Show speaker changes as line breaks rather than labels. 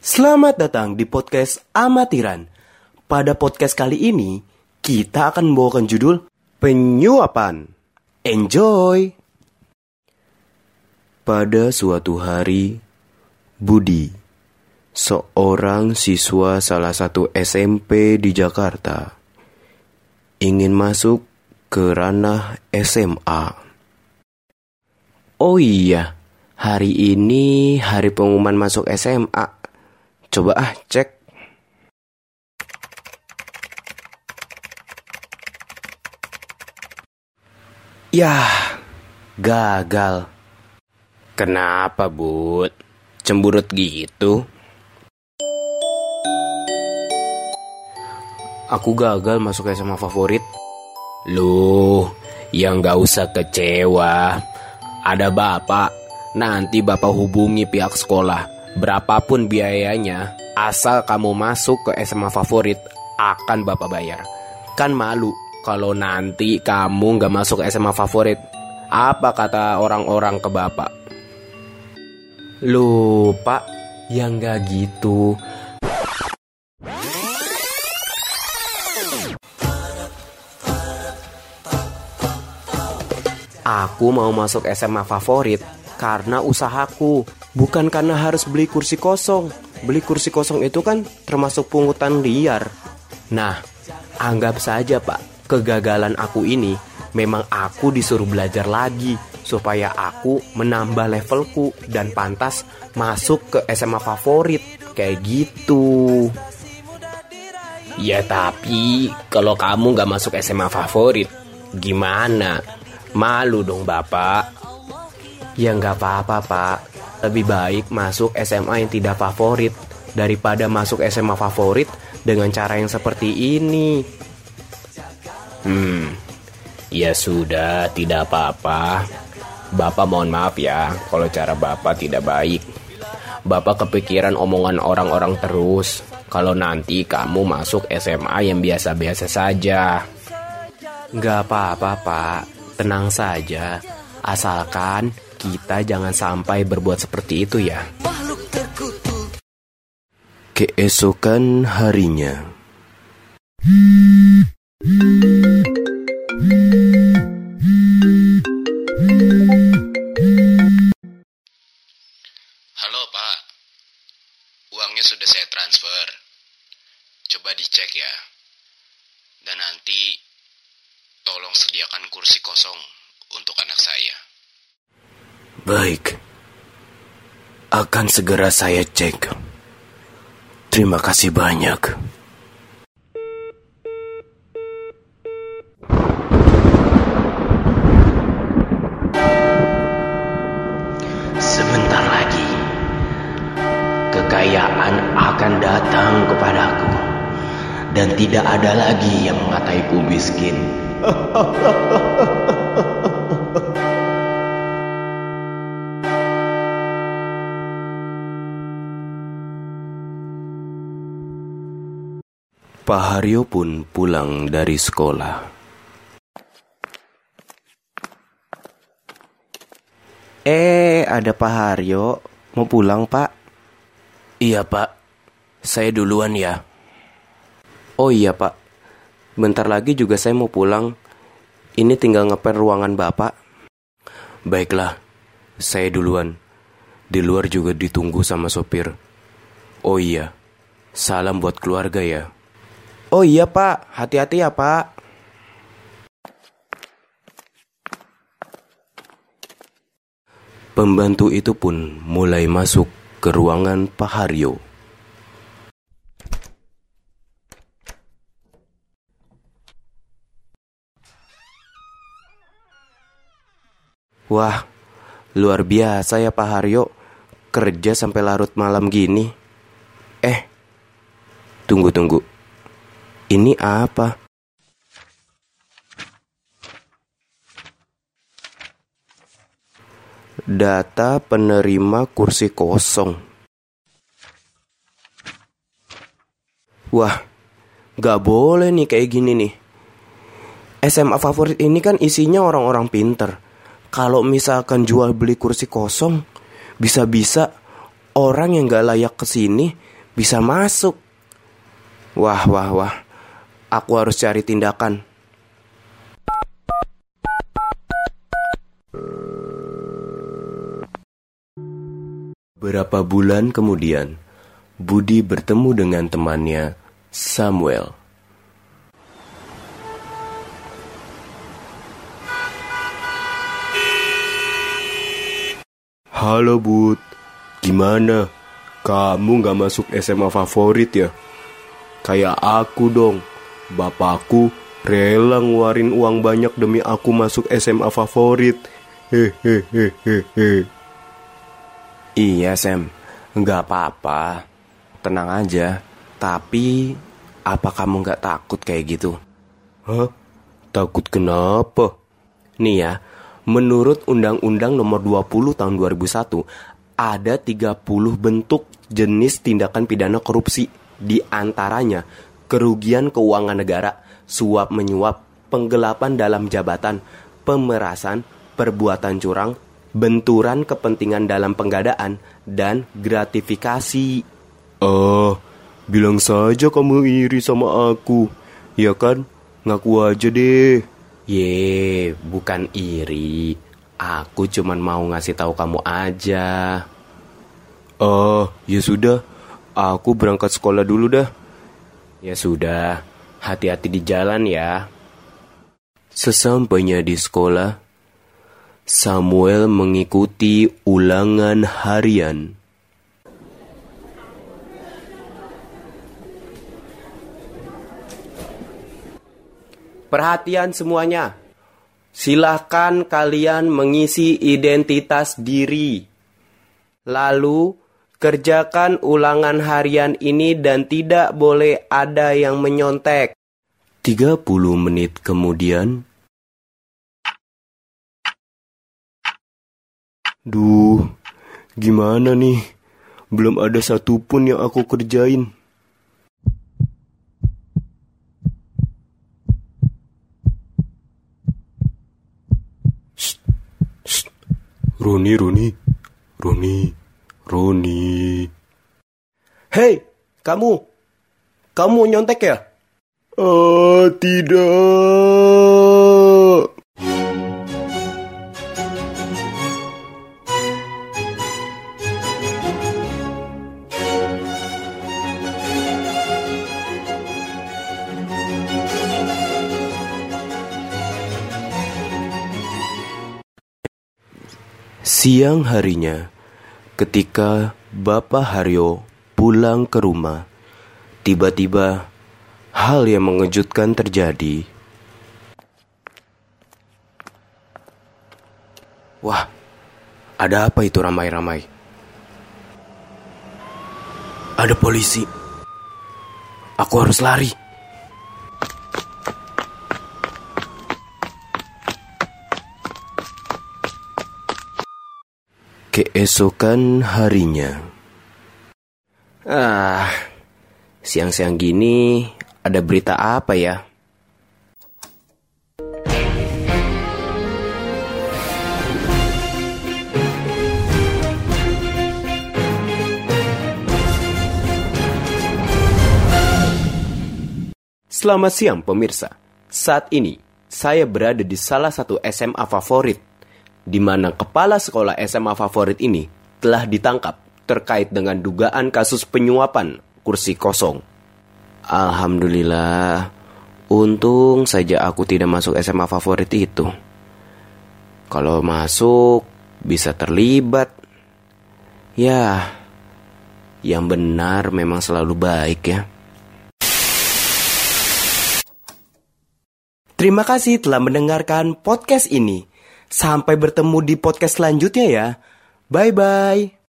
Selamat datang di podcast Amatiran. Pada podcast kali ini, kita akan membawakan judul Penyuapan. Enjoy! Pada suatu hari, Budi, seorang siswa salah satu SMP di Jakarta, ingin masuk ke ranah SMA. Oh iya, hari ini hari pengumuman masuk SMA. Coba cek. Yah, gagal. Kenapa, Bud? Cemburut gitu? Aku gagal masuk SMA favorit.
Loh, yang gak usah kecewa. Ada bapak, nanti bapak hubungi pihak sekolah. Berapapun biayanya, asal kamu masuk ke SMA favorit, akan bapak bayar. Kan malu kalau nanti kamu gak masuk SMA favorit. Apa kata orang-orang ke bapak?
Loh, Pak, yang gak gitu. Aku mau masuk SMA favorit karena usahaku, bukan karena harus beli kursi kosong. Beli kursi kosong itu kan termasuk pungutan liar. Nah, anggap saja Pak, kegagalan aku ini memang aku disuruh belajar lagi supaya aku menambah levelku dan pantas masuk ke SMA favorit. Kayak gitu.
Ya tapi kalau kamu gak masuk SMA favorit, gimana? Malu dong bapak.
Ya nggak apa-apa Pak. Lebih baik masuk SMA yang tidak favorit daripada masuk SMA favorit dengan cara yang seperti ini.
Ya sudah, tidak apa-apa. Bapak mohon maaf ya kalau cara bapak tidak baik. Bapak kepikiran omongan orang-orang terus kalau nanti kamu masuk SMA yang biasa-biasa saja.
Nggak apa-apa Pak, tenang saja. Asalkan kita jangan sampai berbuat seperti itu ya. Keesokan harinya.
Halo Pak, uangnya sudah saya transfer. Coba dicek ya. Dan nanti tolong sediakan kursi kosong untuk anak saya.
Baik, akan segera saya cek. Terima kasih banyak. Sebentar lagi, kekayaan akan datang kepadaku. Dan tidak ada lagi yang mengataiku miskin. Pak Haryo pun pulang dari sekolah. Ada Pak Haryo. Mau pulang, Pak? Iya, Pak. Saya duluan ya. Oh iya, Pak. Bentar lagi juga saya mau pulang. Ini tinggal ngepel ruangan Bapak. Baiklah, saya duluan. Di luar juga ditunggu sama sopir. Oh iya, salam buat keluarga ya. Oh iya Pak, hati-hati ya Pak. Pembantu itu pun mulai masuk ke ruangan Pak Haryo. Wah, luar biasa ya Pak Haryo. Kerja sampai larut malam gini. Tunggu. Ini apa? Data penerima kursi kosong. Wah, gak boleh nih kayak gini nih. SMA favorit ini kan isinya orang-orang pinter. Kalau misalkan jual beli kursi kosong, bisa-bisa orang yang gak layak kesini bisa masuk. Wah. Aku harus cari tindakan. Beberapa bulan kemudian, Budi bertemu dengan temannya, Samuel. Halo Bud, gimana? Kamu gak masuk SMA favorit ya? Kayak aku dong, bapakku rela ngeluarin uang banyak demi aku masuk SMA favorit. Hehehehehe. Iya Sam, gak apa-apa, tenang aja. Tapi, apa kamu gak takut kayak gitu? Hah? Takut kenapa? Nih ya, menurut Undang-Undang Nomor 20 Tahun 2001, ada 30 bentuk jenis tindakan pidana korupsi. Di antaranya, kerugian keuangan negara, suap menyuap, penggelapan dalam jabatan, pemerasan, perbuatan curang, benturan kepentingan dalam penggadaan, dan gratifikasi. Bilang saja kamu iri sama aku, ya kan? Ngaku aja deh. Bukan iri. Aku cuman mau ngasih tahu kamu aja. Ya sudah. Aku berangkat sekolah dulu dah. Ya sudah. Hati-hati di jalan ya. Sesampainya di sekolah, Samuel mengikuti ulangan harian. Perhatian semuanya. Silahkan kalian mengisi identitas diri. Lalu, kerjakan ulangan harian ini dan tidak boleh ada yang menyontek. 30 menit kemudian. Duh, gimana nih? Belum ada satupun yang aku kerjain. Roni. Hei, kamu nyontek ya? Tidak. Siang harinya, ketika Bapak Haryo pulang ke rumah, tiba-tiba hal yang mengejutkan terjadi. Wah, ada apa itu ramai-ramai? Ada polisi. Aku harus lari. Keesokan harinya. Siang-siang gini ada berita apa ya? Selamat siang pemirsa. Saat ini saya berada di salah satu SMA favorit, di mana kepala sekolah SMA favorit ini telah ditangkap terkait dengan dugaan kasus penyuapan kursi kosong. Alhamdulillah, untung saja aku tidak masuk SMA favorit itu. Kalau masuk, bisa terlibat. Ya, yang benar memang selalu baik ya. Terima kasih telah mendengarkan podcast ini. Sampai bertemu di podcast selanjutnya ya. Bye-bye.